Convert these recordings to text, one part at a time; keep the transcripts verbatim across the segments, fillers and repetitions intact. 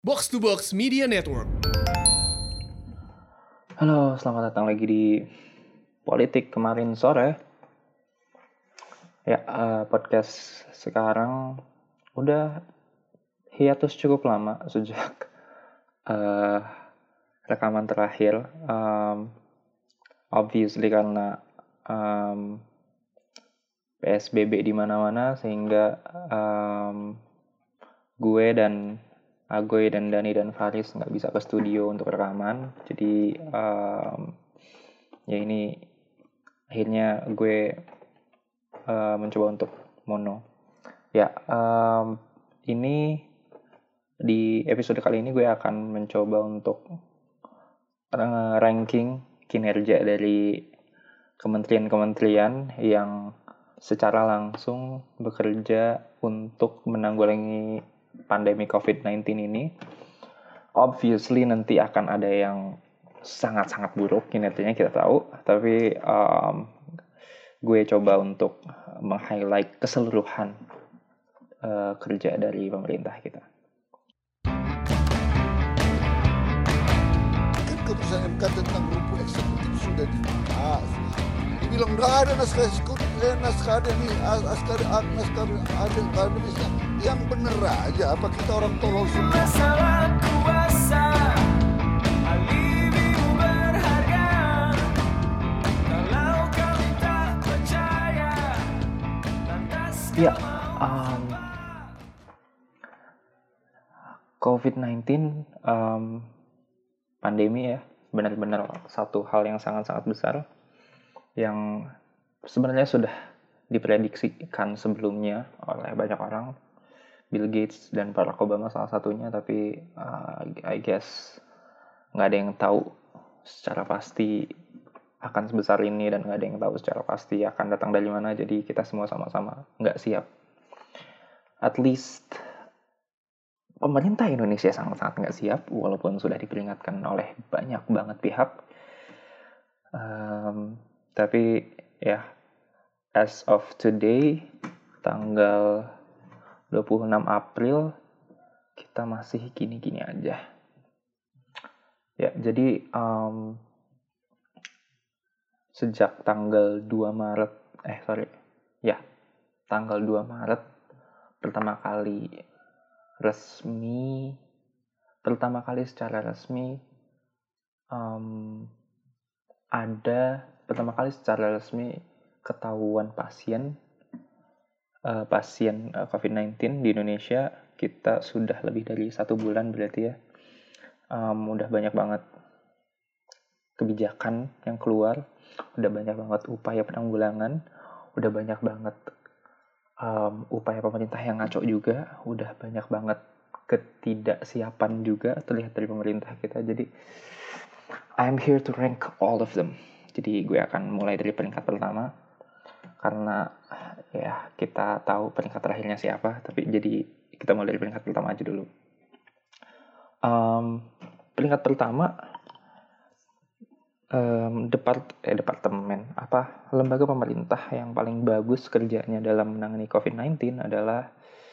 Box to Box Media Network. Halo, selamat datang lagi di Politik Kemarin Sore. Ya, uh, podcast sekarang udah hiatus cukup lama sejak uh, rekaman terakhir. Um, obviously karena um, P S B B di mana-mana sehingga um, gue dan Agoy dan Dani dan Faris nggak bisa ke studio untuk rekaman. Jadi um, ya ini akhirnya gue uh, mencoba untuk mono. Ya um, ini di episode kali ini gue akan mencoba untuk uh, ranking kinerja dari kementerian-kementerian yang secara langsung bekerja untuk menanggulangi pandemi covid sembilan belas ini. Obviously nanti akan ada yang sangat-sangat buruk kinerjanya, kita tahu. Tapi um, gue coba untuk meng-highlight keseluruhan uh, kerja dari pemerintah kita. Kan keputusan M K tentang rumput eksekutif sudah dibahas. Dibilang nggak ada naskah eksekutif, eh, naskah ada nih, naskah ada, naskah ada, akademisnya. Yang bener aja, apa kita orang tolol semua? Masalah kuasa, alibimu berharga. Kalau kau tak percaya, lantas kau Ya, um, covid sembilan belas um, pandemi ya, benar-benar satu hal yang sangat-sangat besar yang sebenarnya sudah diprediksikan sebelumnya oleh banyak orang, Bill Gates dan Barack Obama salah satunya, tapi uh, I guess nggak ada yang tahu secara pasti akan sebesar ini dan nggak ada yang tahu secara pasti akan datang dari mana. Jadi kita semua sama-sama nggak siap. At least pemerintah Indonesia sangat-sangat nggak siap, walaupun sudah diperingatkan oleh banyak banget pihak. Um, tapi ya, as of today, tanggal dua puluh enam April, kita masih gini-gini aja. Ya, jadi um, sejak tanggal dua Maret, eh sorry, ya, tanggal dua Maret, pertama kali resmi, pertama kali secara resmi, um, ada, pertama kali secara resmi ketahuan pasien, uh, pasien uh, covid sembilan belas di Indonesia. Kita sudah lebih dari satu bulan berarti ya. Um, udah banyak banget kebijakan yang keluar, udah banyak banget upaya penanggulangan, udah banyak banget um, upaya pemerintah yang ngaco juga, udah banyak banget ketidaksiapan juga terlihat dari pemerintah kita. Jadi I'm here to rank all of them. Jadi gue akan mulai dari peringkat pertama karena ya kita tahu peringkat terakhirnya siapa, tapi jadi kita mulai dari peringkat pertama aja dulu. Um, peringkat pertama um, depart eh departemen apa lembaga pemerintah yang paling bagus kerjanya dalam menangani covid sembilan belas adalah,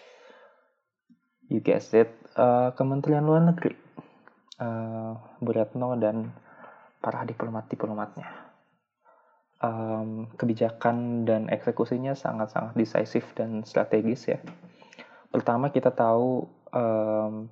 you guessed it, uh, Kementerian Luar Negeri, uh, Bu Retno dan para diplomat-diplomatnya. Um, kebijakan dan eksekusinya sangat-sangat decisif dan strategis ya. Pertama kita tahu um,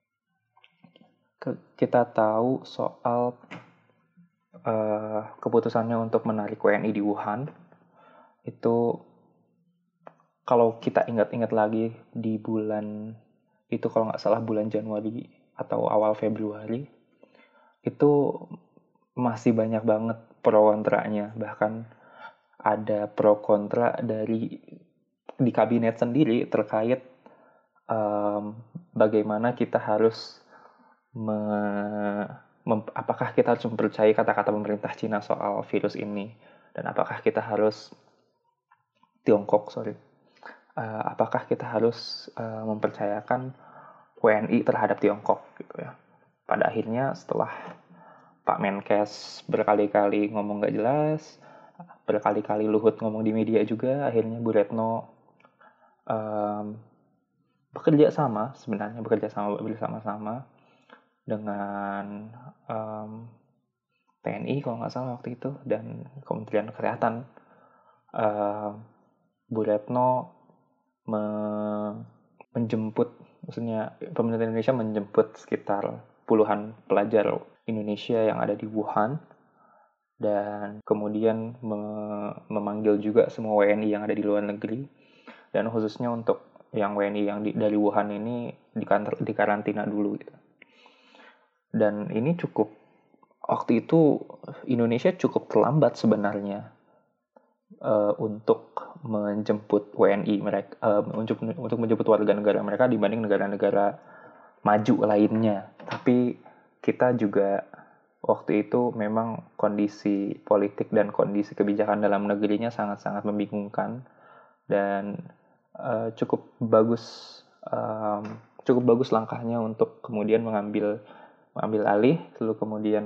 ke, kita tahu soal uh, keputusannya untuk menarik W N I di Wuhan. Itu kalau kita ingat-ingat lagi di bulan itu, kalau nggak salah bulan Januari atau awal Februari, itu masih banyak banget pro kontranya. Bahkan ada pro kontra dari di kabinet sendiri terkait um, bagaimana kita harus me, mem, apakah kita harus mempercayai kata-kata pemerintah Cina soal virus ini, dan apakah kita harus Tiongkok sorry uh, apakah kita harus uh, mempercayakan W N I terhadap Tiongkok gitu ya. Pada akhirnya setelah Pak Menkes berkali-kali ngomong gak jelas, berkali-kali Luhut ngomong di media juga, akhirnya Bu Retno um, bekerja sama sebenarnya bekerja sama bersama-sama dengan um, T N I kalau nggak salah waktu itu dan Kementerian Kesehatan. Uh, Bu Retno me- menjemput, maksudnya pemerintah Indonesia menjemput sekitar puluhan pelajar Indonesia yang ada di Wuhan dan kemudian me- memanggil juga semua W N I yang ada di luar negeri dan khususnya untuk yang W N I yang di, dari Wuhan ini di, di karantina dulu gitu. Dan ini cukup, waktu itu Indonesia cukup terlambat sebenarnya uh, untuk menjemput W N I mereka, uh, untuk untuk menjemput warga negara mereka dibanding negara-negara maju lainnya. Tapi kita juga waktu itu memang kondisi politik dan kondisi kebijakan dalam negerinya sangat-sangat membingungkan dan uh, cukup bagus um, cukup bagus langkahnya untuk kemudian mengambil mengambil alih lalu kemudian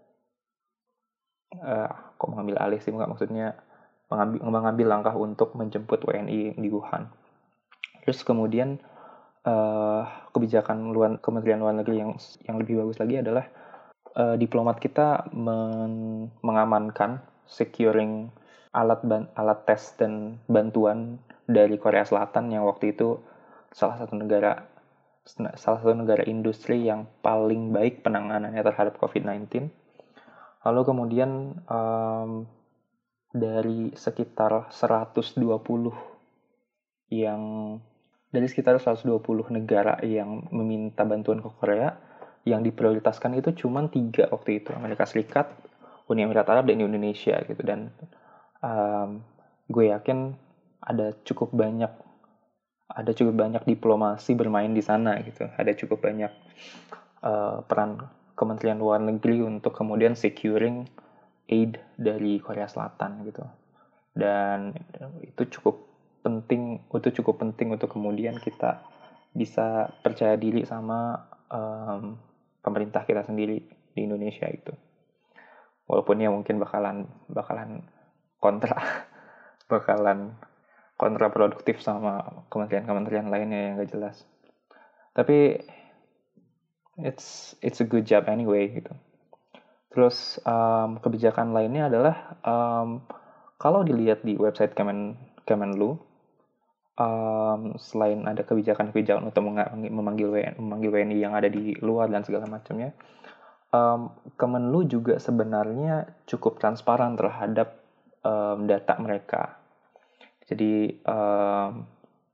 uh, kok mengambil alih sih nggak maksudnya mengambil mengambil langkah untuk menjemput W N I di Wuhan. Terus kemudian uh, kebijakan luar Kementerian Luar Negeri yang yang lebih bagus lagi adalah uh, diplomat kita men- mengamankan securing alat ban- alat tes dan bantuan dari Korea Selatan yang waktu itu salah satu negara salah satu negara industri yang paling baik penanganannya terhadap covid sembilan belas. Lalu kemudian um, dari sekitar seratus dua puluh yang dari sekitar seratus dua puluh negara yang meminta bantuan ke Korea, yang diprioritaskan itu cuma tiga waktu itu, Amerika Serikat, Uni Emirat Arab, dan Indonesia gitu. Dan um, gue yakin ada cukup banyak ada cukup banyak diplomasi bermain di sana gitu. Ada cukup banyak uh, peran Kementerian Luar Negeri untuk kemudian securing aid dari Korea Selatan gitu. Dan itu cukup penting, itu cukup penting untuk kemudian kita bisa percaya diri sama um, pemerintah kita sendiri di Indonesia itu. Walaupun ya mungkin bakalan bakalan kontra bakalan kontraproduktif sama kementerian-kementerian lainnya yang gak jelas. Tapi it's it's a good job anyway gitu. Terus um, kebijakan lainnya adalah um, kalau dilihat di website Kemen Kemenlu, um, selain ada kebijakan-kebijakan untuk memanggil W N I, memanggil W N I yang ada di luar dan segala macamnya, um, Kemenlu juga sebenarnya cukup transparan terhadap um, data mereka. Jadi, um,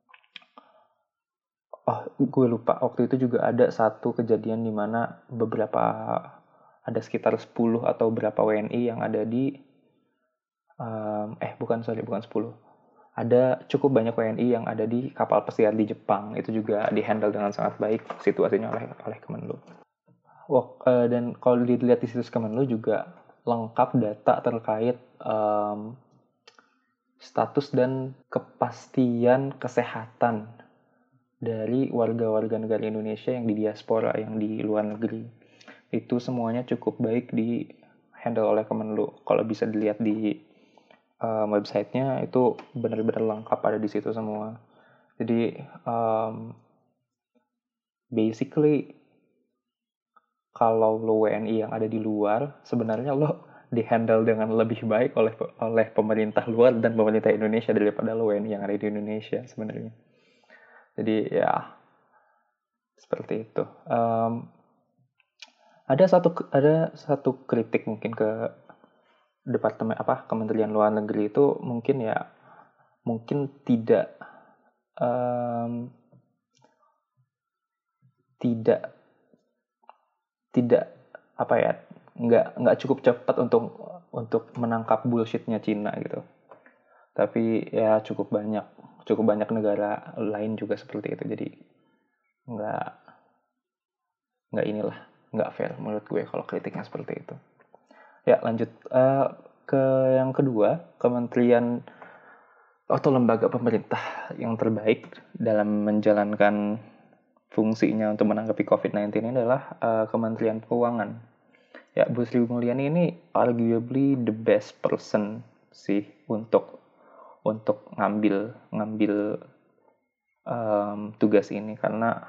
oh gue lupa waktu itu juga ada satu kejadian di mana beberapa ada sekitar sepuluh atau berapa W N I yang ada di um, eh bukan sorry bukan sepuluh. Ada cukup banyak W N I yang ada di kapal pesiar di Jepang. Itu juga dihandle dengan sangat baik situasinya oleh oleh Kemenlu. Wah, uh, dan kalau dilihat di situs Kemenlu juga lengkap data terkait um, status dan kepastian kesehatan dari warga-warga negara Indonesia yang di diaspora, yang di luar negeri. Itu semuanya cukup baik di handle oleh Kemenlu. Kalau bisa dilihat di um, websitenya itu benar-benar lengkap ada di situ semua. Jadi um, basically kalau lo W N I yang ada di luar, sebenarnya lo dihandle dengan lebih baik oleh oleh pemerintah luar dan pemerintah Indonesia daripada lo W N I yang ada di Indonesia sebenarnya. Jadi ya seperti itu. Um, ada satu ada satu kritik mungkin ke departemen apa Kementerian Luar Negeri itu mungkin ya mungkin tidak um, tidak tidak apa ya nggak nggak cukup cepat untuk untuk menangkap bullshitnya Cina gitu. Tapi ya cukup banyak cukup banyak negara lain juga seperti itu. Jadi nggak nggak inilah nggak fair menurut gue kalau kritiknya seperti itu. Ya lanjut uh, ke yang kedua, kementerian atau lembaga pemerintah yang terbaik dalam menjalankan fungsinya untuk menanggapi covid sembilan belas ini adalah uh, Kementerian Keuangan. Ya, Bu Sri Mulyani ini arguably the best person sih untuk untuk ngambil ngambil um, tugas ini karena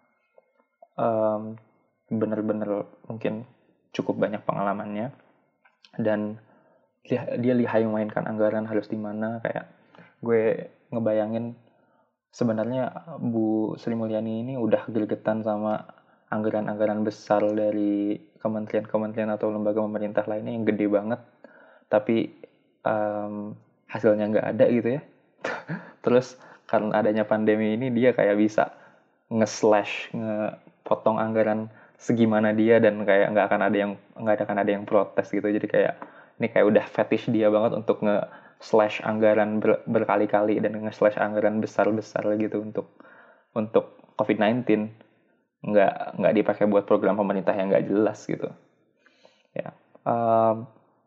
um, benar-benar mungkin cukup banyak pengalamannya dan dia, dia lihai memainkan anggaran harus di mana. Kayak gue ngebayangin sebenarnya Bu Sri Mulyani ini udah gregetan sama anggaran-anggaran besar dari kementerian-kementerian atau lembaga pemerintah lainnya yang gede banget, tapi um, hasilnya nggak ada gitu ya. Terus karena adanya pandemi ini dia kayak bisa nge-slash, ngepotong anggaran segimana dia dan kayak nggak akan ada yang nggak akan ada yang protes gitu. Jadi kayak ini kayak udah fetish dia banget untuk nge-slash anggaran ber, berkali-kali dan nge-slash anggaran besar-besar gitu untuk untuk covid sembilan belas. nggak nggak dipakai buat program pemerintah yang nggak jelas gitu ya. Um,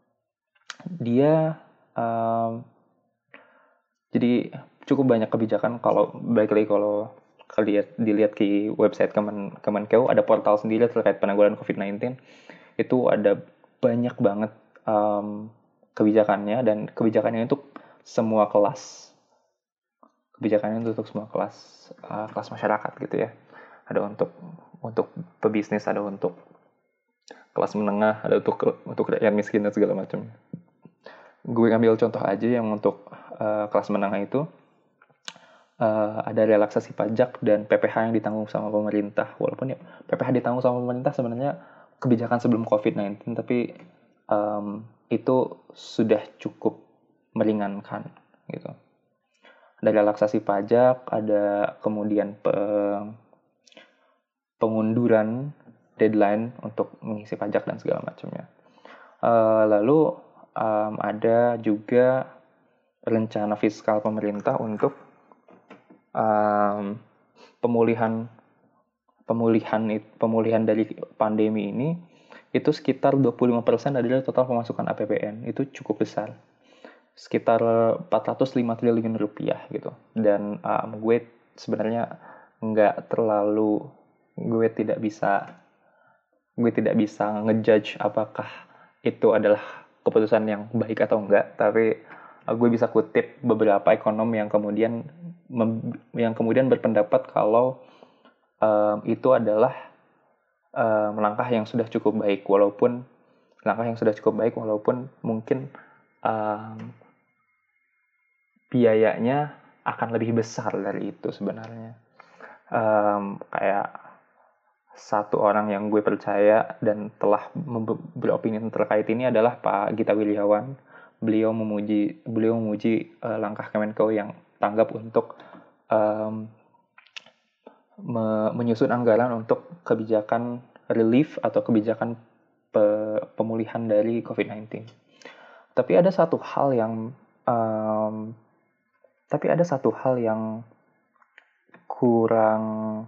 dia um, jadi cukup banyak kebijakan. Kalau baik lagi kalau kalian dilihat di website Kemen Kemenkeu ada portal sendiri terkait penanggulangan covid sembilan belas. Itu ada banyak banget um, kebijakannya dan kebijakannya untuk semua kelas. Kebijakannya untuk semua kelas uh, kelas masyarakat gitu ya. Ada untuk untuk pebisnis, ada untuk kelas menengah, ada untuk untuk rakyat miskin dan segala macam. Gue ambil contoh aja yang untuk uh, kelas menengah itu uh, ada relaksasi pajak dan P P H yang ditanggung sama pemerintah. Walaupun ya P P H ditanggung sama pemerintah sebenarnya kebijakan sebelum covid sembilan belas, tapi um, itu sudah cukup meringankan gitu. Ada relaksasi pajak, ada kemudian pe- pengunduran deadline untuk mengisi pajak dan segala macamnya. Uh, lalu um, ada juga rencana fiskal pemerintah untuk um, pemulihan pemulihan pemulihan dari pandemi ini. Itu sekitar dua puluh lima persen dari total pemasukan A P B N. Itu cukup besar. Sekitar empat ratus lima triliun rupiah gitu. Dan um, gue sebenarnya nggak terlalu gue tidak bisa gue tidak bisa ngejudge apakah itu adalah keputusan yang baik atau enggak, tapi uh, gue bisa kutip beberapa ekonom yang kemudian mem, yang kemudian berpendapat kalau um, itu adalah um, langkah yang sudah cukup baik walaupun langkah yang sudah cukup baik walaupun mungkin um, biayanya akan lebih besar dari itu sebenarnya. Um, kayak satu orang yang gue percaya dan telah beropini terkait ini adalah Pak Gita Wirjawan. Beliau memuji beliau memuji uh, langkah Kemenkeu yang tanggap untuk um, me- menyusun anggaran untuk kebijakan relief atau kebijakan pe- pemulihan dari covid sembilan belas. Tapi ada satu hal yang um, tapi ada satu hal yang kurang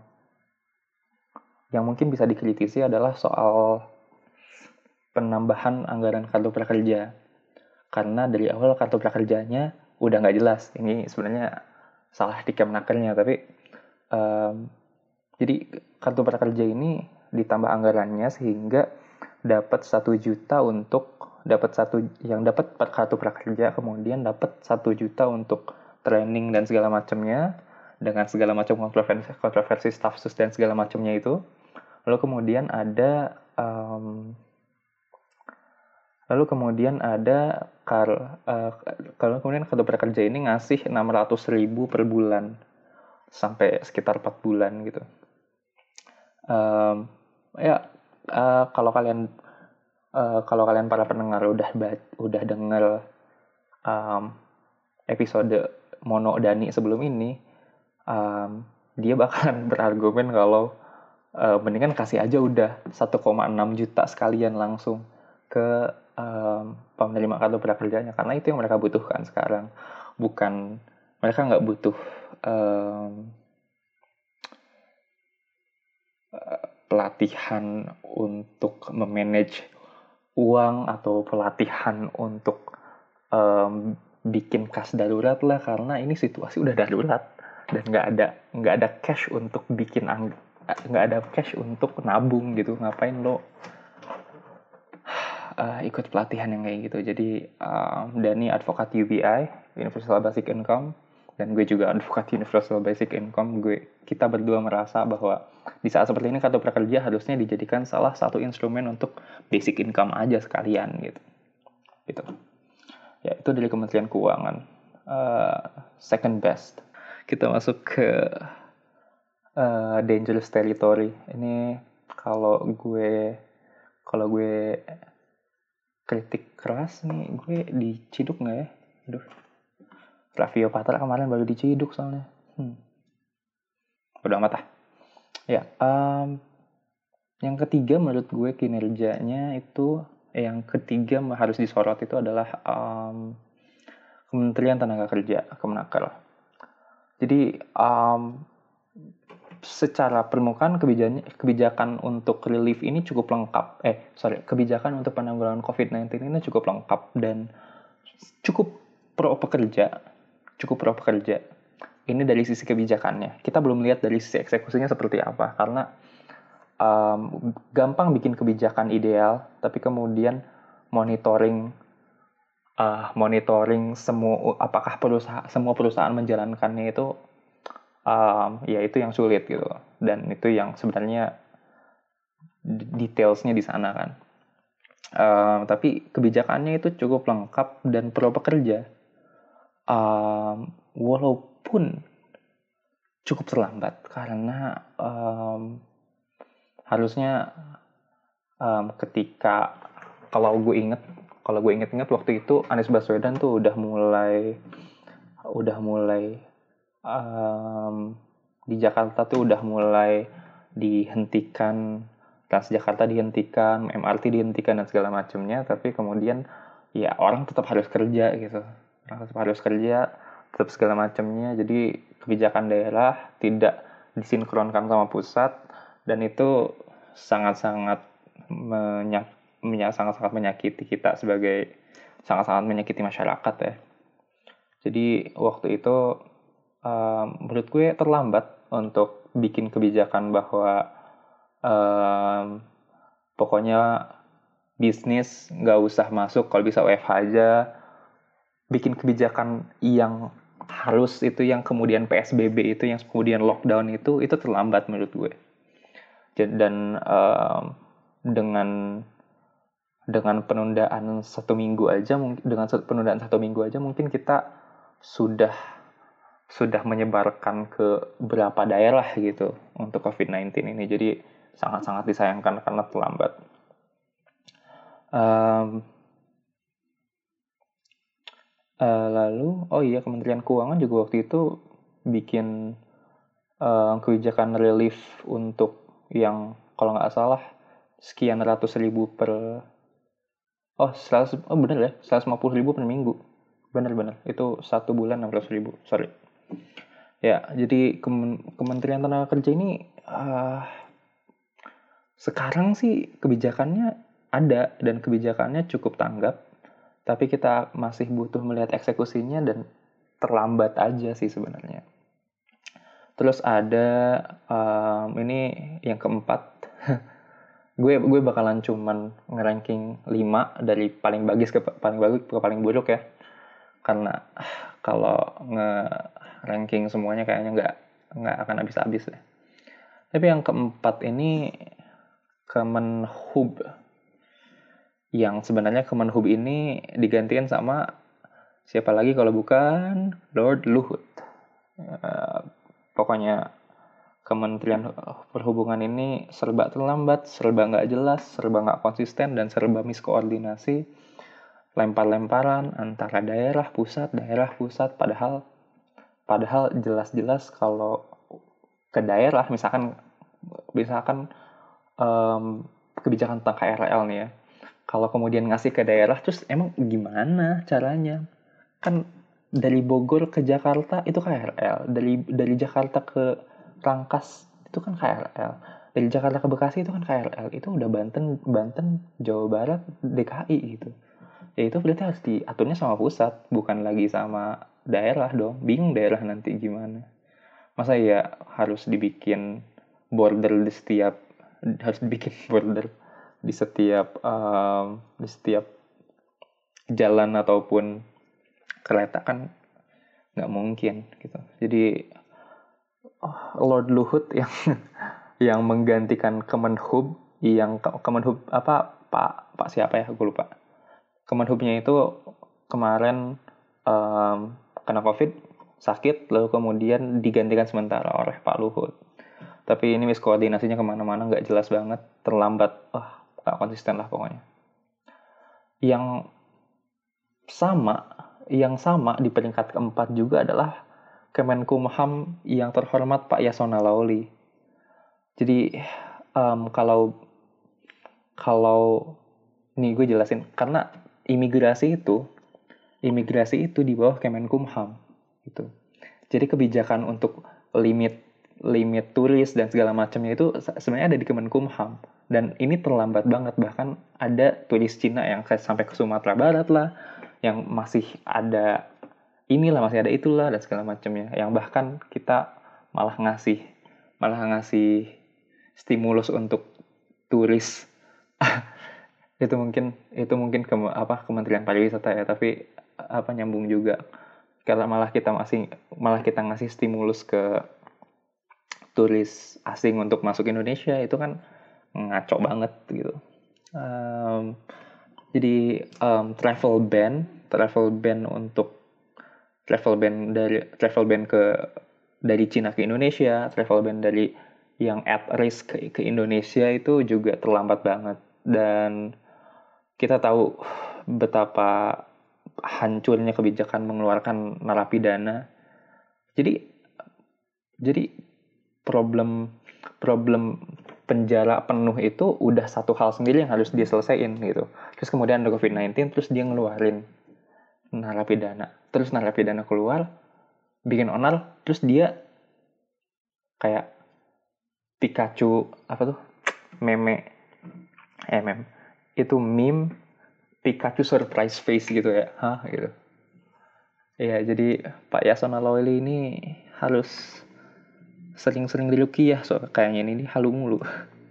yang mungkin bisa dikritisi adalah soal penambahan anggaran kartu prakerja. Karena dari awal kartu prakerjanya udah nggak jelas. Ini sebenarnya salah di Kemenakernya, tapi um, jadi kartu prakerja ini ditambah anggarannya sehingga dapat satu juta untuk dapat satu yang dapat kartu prakerja, kemudian dapat satu juta untuk training dan segala macamnya dengan segala macam kontroversi kontroversi staff sus dan segala macamnya itu. Lalu kemudian ada um, lalu kemudian ada kar, uh, kalau kemudian kartu prakerja ini ngasih enam ratus ribu per bulan sampai sekitar empat bulan gitu. Um, ya uh, kalau kalian uh, kalau kalian para pendengar udah udah dengar um, episode Mono Dani sebelum ini, um, dia bakalan berargumen kalau Uh, mendingan kasih aja udah satu koma enam juta sekalian langsung ke um, penerima kartu prakerjanya, karena itu yang mereka butuhkan sekarang. Bukan, mereka nggak butuh um, uh, pelatihan untuk memanage uang atau pelatihan untuk um, bikin kas darurat lah, karena ini situasi udah darurat dan nggak ada nggak ada cash untuk bikin ang- nggak ada cash untuk nabung gitu. Ngapain lo uh, ikut pelatihan yang kayak gitu. Jadi um, Dani advokat U B I, Universal Basic Income, dan gue juga advokat universal basic income, gue kita berdua merasa bahwa di saat seperti ini kartu prakerja harusnya dijadikan salah satu instrumen untuk basic income aja sekalian gitu. Gitu. Ya, itu dari Kementerian Keuangan. Uh, second best. Kita masuk ke uh, dangerous territory. Ini kalau gue kalau gue kritik keras nih, gue diciduk nggak ya? Aduh. Flavio Patra kemarin baru diciduk soalnya. Hmm. Udah amat ah. Ya, um, yang ketiga menurut gue kinerjanya itu, eh, yang ketiga harus disorot itu adalah um, Kementerian Tenaga Kerja, Kemenaker. Jadi, um, secara permukaan kebijakan, kebijakan untuk relief ini cukup lengkap. Eh, sorry, kebijakan untuk penanggulangan covid sembilan belas ini cukup lengkap dan cukup pro pekerja. Cukup pro pekerja. Ini dari sisi kebijakannya. Kita belum lihat dari sisi eksekusinya seperti apa. Karena um, gampang bikin kebijakan ideal, tapi kemudian monitoring, uh, monitoring semua apakah perusahaan, semua perusahaan menjalankannya itu, um, ya itu yang sulit gitu. Dan itu yang sebenarnya detailsnya di sana kan. Um, tapi kebijakannya itu cukup lengkap dan pro pekerja. Um, walaupun cukup terlambat karena um, harusnya um, ketika kalau gue inget kalau gue inget-inget waktu itu Anies Baswedan tuh udah mulai udah mulai um, di Jakarta tuh udah mulai dihentikan, Transjakarta dihentikan, M R T dihentikan dan segala macamnya, tapi kemudian ya orang tetap harus kerja gitu. Orang tetap harus kerja, tetap segala macamnya. Jadi kebijakan daerah tidak disinkronkan sama pusat dan itu sangat-sangat menyak, menyak, sangat-sangat menyakiti kita sebagai sangat-sangat menyakiti masyarakat ya. Jadi waktu itu um, menurut gue terlambat untuk bikin kebijakan bahwa um, pokoknya bisnis nggak usah masuk, kalau bisa W F H aja. Bikin kebijakan yang harus itu, yang kemudian P S B B itu, yang kemudian lockdown itu, itu terlambat menurut gue. Dan um, dengan dengan penundaan satu minggu aja, dengan penundaan satu minggu aja mungkin kita sudah sudah menyebarkan ke berapa daerah gitu untuk covid sembilan belas ini. Jadi sangat-sangat disayangkan karena terlambat. Um, Uh, lalu, oh iya, Kementerian Keuangan juga waktu itu bikin uh, kebijakan relief untuk yang kalau nggak salah sekian ratus ribu per, oh seratus, oh bener ya, seratus lima puluh ribu per minggu, bener-bener itu satu bulan enam ratus ribu, sorry. Ya, jadi Kemen- Kementerian Tenaga Kerja ini uh, sekarang sih kebijakannya ada dan kebijakannya cukup tanggap. Tapi kita masih butuh melihat eksekusinya dan terlambat aja sih sebenarnya. Terus ada um, ini yang keempat. gue gue bakalan cuman ngeranking lima dari paling bagus ke paling bagus ke paling buruk ya. Karena kalau nge-ranking semuanya kayaknya nggak nggak akan habis-habis ya. Tapi yang keempat ini Kemenhub. Yang sebenarnya Kemenhub ini digantikan sama siapa lagi kalau bukan Lord Luhut. Uh, pokoknya Kementerian Perhubungan ini serba terlambat, serba nggak jelas, serba nggak konsisten, dan serba miskoordinasi, lempar-lemparan antara daerah pusat, daerah pusat, padahal padahal jelas-jelas kalau ke daerah, misalkan misalkan um, kebijakan tentang K R L nih ya. Kalau kemudian ngasih ke daerah, terus emang gimana caranya? Kan dari Bogor ke Jakarta itu K R L, dari dari Jakarta ke Rangkas itu kan K R L, dari Jakarta ke Bekasi itu kan K R L, itu udah Banten, Banten, Jawa Barat, D K I gitu. Ya itu berarti harus diaturnya sama pusat, bukan lagi sama daerah dong. Bingung daerah nanti gimana? Masa ya harus dibikin border di setiap, harus dibikin border di setiap um, di setiap jalan ataupun kereta, kan nggak mungkin gitu. Jadi oh, Lord Luhut yang yang menggantikan Kemenhub, yang Kemenhub apa Pak Pak siapa ya, gue lupa. Kemenhubnya itu kemarin um, kena COVID, sakit, lalu kemudian digantikan sementara oleh Pak Luhut. Tapi ini miskoordinasinya kemana-mana, nggak jelas banget, terlambat, wah, nggak konsisten lah pokoknya. Yang sama, yang sama di peringkat keempat juga adalah Kemenkumham yang terhormat Pak Yasona Lawli. Jadi um, kalau kalau nih gue jelasin, karena imigrasi itu imigrasi itu di bawah Kemenkumham gitu. Jadi kebijakan untuk limit limit turis dan segala macamnya itu sebenarnya ada di Kemenkumham, dan ini terlambat banget. Bahkan ada turis Cina yang sampai ke Sumatera Barat lah, yang masih ada inilah, masih ada itulah dan segala macamnya, yang bahkan kita malah ngasih malah ngasih stimulus untuk turis. itu mungkin itu mungkin ke apa Kementerian Pariwisata ya, tapi apa nyambung juga, karena malah kita masih malah kita ngasih stimulus ke turis asing untuk masuk Indonesia. Itu kan ngaco banget gitu. Um, jadi um, travel ban travel ban untuk travel ban dari travel ban ke dari Cina ke Indonesia, travel ban dari yang at risk ke, ke Indonesia itu juga terlambat banget. Dan kita tahu betapa hancurnya kebijakan mengeluarkan narapidana. Jadi jadi problem problem penjara penuh itu udah satu hal sendiri yang harus diselesaikan gitu. Terus kemudian ada covid sembilan belas, terus dia ngeluarin narapidana. Terus narapidana keluar, bikin onar, terus dia kayak Pikachu, apa tuh? Meme. Eh, meme. Itu meme Pikachu surprise face gitu ya. Hah? Gitu. Ya, jadi Pak Yasona Lawli ini harus sering-sering diruqyah, so kayaknya ini halu mulu.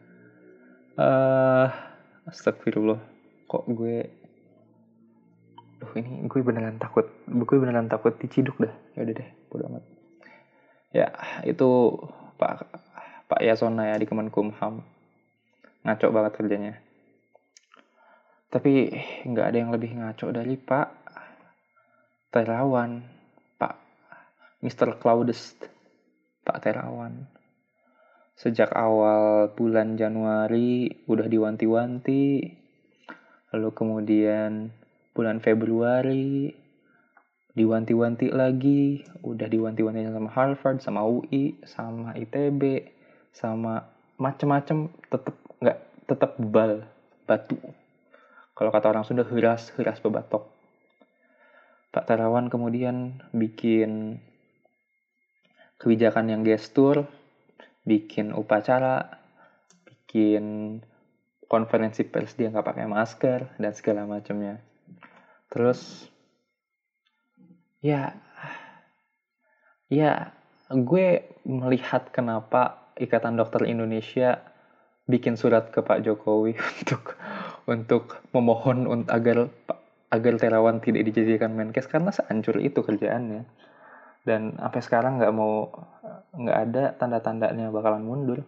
Uh, astagfirullah. Kok gue Duh, ini gue beneran takut. Gue beneran takut diciduk dah. Ya udah deh, bodo amat. Ya, itu Pak Pak Yasona ya di Kemenkumham. Ngaco banget kerjanya. Tapi nggak ada yang lebih ngaco dari Pak Terawan, Pak mister Claudes, Pak Terawan. Sejak awal bulan Januari udah diwanti-wanti, lalu kemudian bulan Februari diwanti-wanti lagi, udah diwanti-wanti sama Harvard, sama U I, sama I T B, sama macem-macem, tetep nggak tetep bal batu. Kalau kata orang Sunda, heras heras bebatok. Pak Terawan kemudian bikin kebijakan yang gestur, bikin upacara, bikin konferensi pers dia nggak pakai masker dan segala macamnya. Terus ya ya gue melihat kenapa Ikatan Dokter Indonesia bikin surat ke Pak Jokowi untuk untuk memohon untuk agar agar Terawan tidak dijadikan Menkes, karena sehancur itu kerjaannya. Dan sampai sekarang nggak mau nggak ada tanda-tandanya bakalan mundur.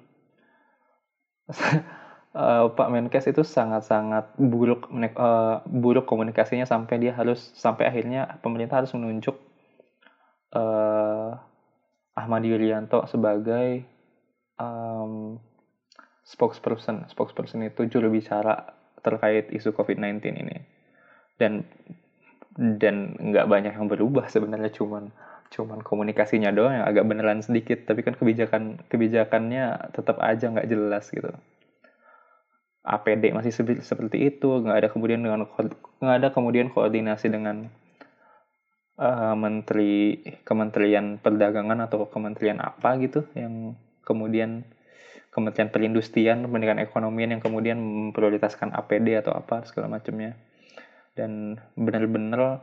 uh, Pak Menkes itu sangat-sangat buruk uh, buruk komunikasinya, sampai dia harus sampai akhirnya pemerintah harus menunjuk uh, Ahmad Yuryanto sebagai um, spokesperson. Spokesperson itu juru bicara terkait isu covid sembilan belas ini. Dan dan nggak banyak yang berubah sebenarnya, cuman cuman komunikasinya doang yang agak beneran sedikit, tapi kan kebijakan kebijakannya tetap aja nggak jelas gitu. A P D masih se- seperti itu, nggak ada kemudian dengan nggak ada kemudian koordinasi dengan uh, menteri Kementerian Perdagangan atau kementerian apa gitu, yang kemudian Kementerian Perindustrian, Pendidikan Ekonomian yang kemudian memprioritaskan A P D atau apa segala macamnya. Dan benar-benar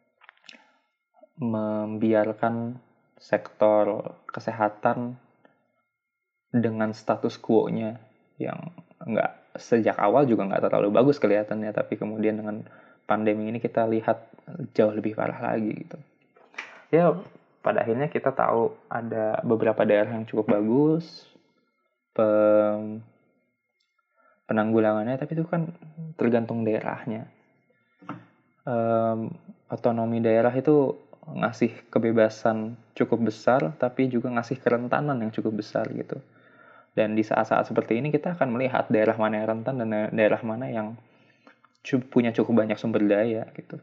membiarkan sektor kesehatan dengan status quo-nya yang nggak sejak awal juga nggak terlalu bagus kelihatannya, tapi kemudian dengan pandemi ini kita lihat jauh lebih parah lagi gitu. Ya pada akhirnya kita tahu ada beberapa daerah yang cukup bagus pem- penanggulangannya, tapi itu kan tergantung daerahnya. Um, otonomi daerah itu ngasih kebebasan cukup besar, tapi juga ngasih kerentanan yang cukup besar gitu. Dan di saat-saat seperti ini kita akan melihat daerah mana yang rentan dan daerah mana yang cu- punya cukup banyak sumber daya gitu.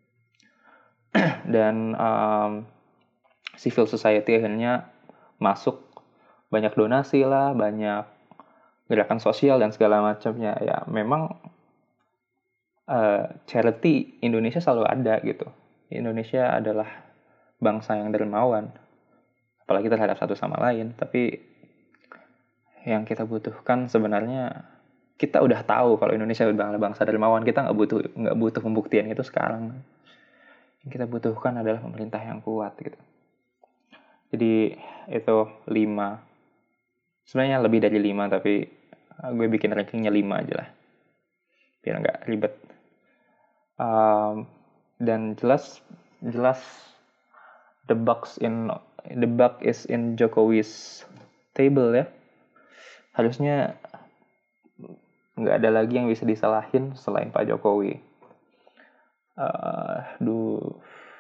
Dan um, civil society akhirnya masuk, banyak donasi lah, banyak gerakan sosial dan segala macamnya. Ya memang uh, charity Indonesia selalu ada gitu. Indonesia adalah bangsa yang dermawan, apalagi terhadap satu sama lain. Tapi yang kita butuhkan sebenarnya, kita udah tahu kalau Indonesia adalah bangsa dermawan. Kita nggak butuh nggak butuh pembuktian itu sekarang. Yang kita butuhkan adalah pemerintah yang kuat gitu. Jadi itu lima. Sebenarnya lebih dari lima, tapi gue bikin rankingnya lima aja lah, biar nggak ribet. Um, dan jelas jelas the buck in the buck is in Jokowi's table ya. Harusnya nggak ada lagi yang bisa disalahin selain Pak Jokowi. Uh, duh,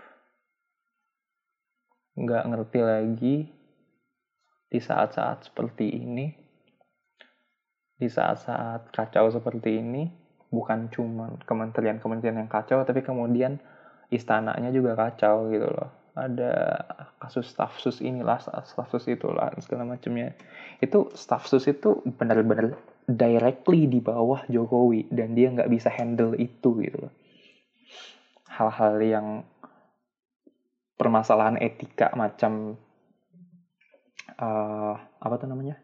nggak ngerti lagi di saat-saat seperti ini, di saat-saat kacau seperti ini, bukan cuma kementerian-kementerian yang kacau, tapi kemudian istananya juga kacau gitu loh. Ada kasus staff sus inilah, staff sus itulah, segala macamnya. Itu staff sus itu benar-benar directly di bawah Jokowi, dan dia nggak bisa handle itu gitu loh. Hal-hal yang permasalahan etika macam uh, apa tuh namanya,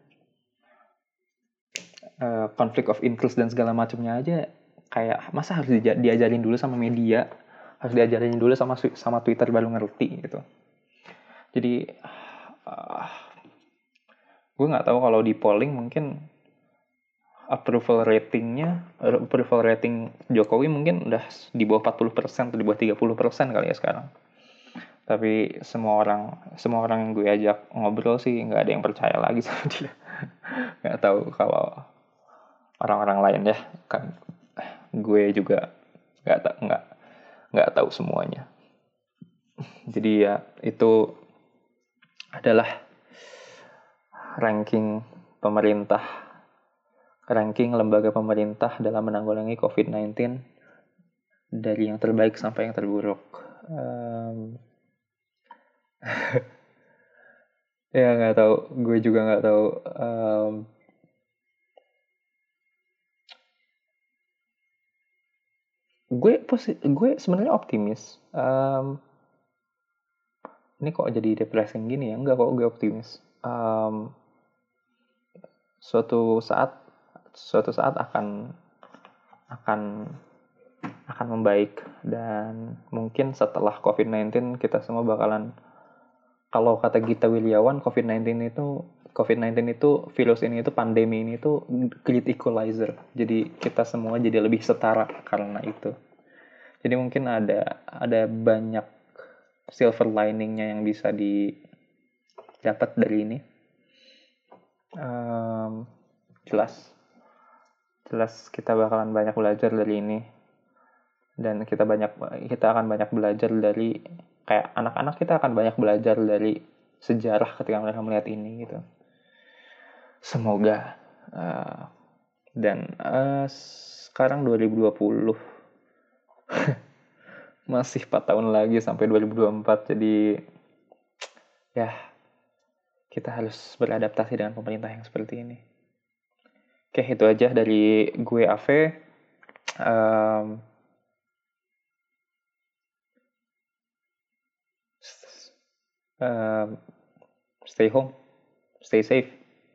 uh, conflict of interest dan segala macamnya aja, kayak masa harus diajarin dulu sama media, harus diajarin dulu sama sama Twitter baru ngerti gitu. Jadi uh, gue nggak tahu kalau di polling mungkin approval ratingnya, approval rating Jokowi mungkin udah di bawah empat puluh persen atau di bawah tiga puluh persen kali ya sekarang. Tapi semua orang semua orang yang gue ajak ngobrol sih nggak ada yang percaya lagi sama dia. Nggak tahu kalau orang-orang lain ya, kan gue juga nggak tahu nggak nggak tahu semuanya. Jadi ya itu adalah ranking pemerintah, ranking lembaga pemerintah dalam menanggulangi covid sembilan belas dari yang terbaik sampai yang terburuk. Um, ya nggak tahu, gue juga nggak tahu. Um, gue posi- gue sebenarnya optimis. Um, ini kok jadi depressing gini ya? Enggak kok, gue optimis. Um, suatu saat, suatu saat akan akan akan membaik, dan mungkin setelah covid sembilan belas kita semua bakalan, kalau kata Gita Wirjawan, covid sembilan belas itu covid sembilan belas itu virus ini itu pandemi ini itu great equalizer. Jadi kita semua jadi lebih setara karena itu. Jadi mungkin ada ada banyak silver liningnya yang bisa didapat dari ini. Um, jelas jelas kita bakalan banyak belajar dari ini, dan kita banyak kita akan banyak belajar dari, kayak anak-anak kita akan banyak belajar dari sejarah ketika mereka melihat ini gitu. Semoga uh, dan uh, sekarang dua ribu dua puluh masih empat tahun lagi sampai dua ribu dua puluh empat, jadi ya kita harus beradaptasi dengan pemerintah yang seperti ini. Oke, itu aja dari gue Ave. Um, um, stay home, stay safe.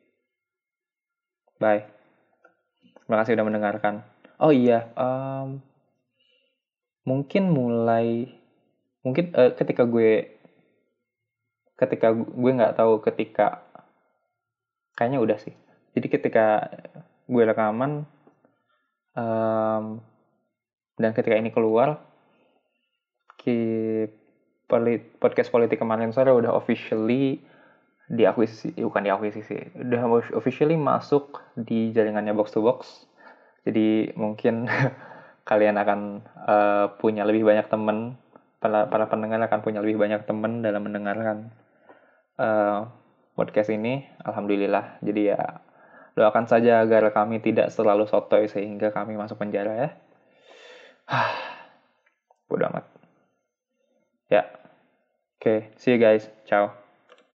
Bye. Terima kasih udah mendengarkan. Oh iya, um, mungkin mulai, mungkin uh, ketika gue, ketika gue nggak tahu ketika, kayaknya udah sih. Jadi ketika gue rekaman, um, dan ketika ini keluar, keep, polit, podcast politik kemarin sore udah officially diakuisisi, bukan diakuisisi, udah officially masuk di jaringannya Box to Box. Jadi mungkin kalian akan uh, punya lebih banyak teman, para, para pendengar akan punya lebih banyak teman dalam mendengarkan uh, podcast ini. Alhamdulillah. Jadi ya doakan saja agar kami tidak selalu sotoy sehingga kami masuk penjara ya. Bodoh amat. Ya. Oke, okay, see you guys. Ciao.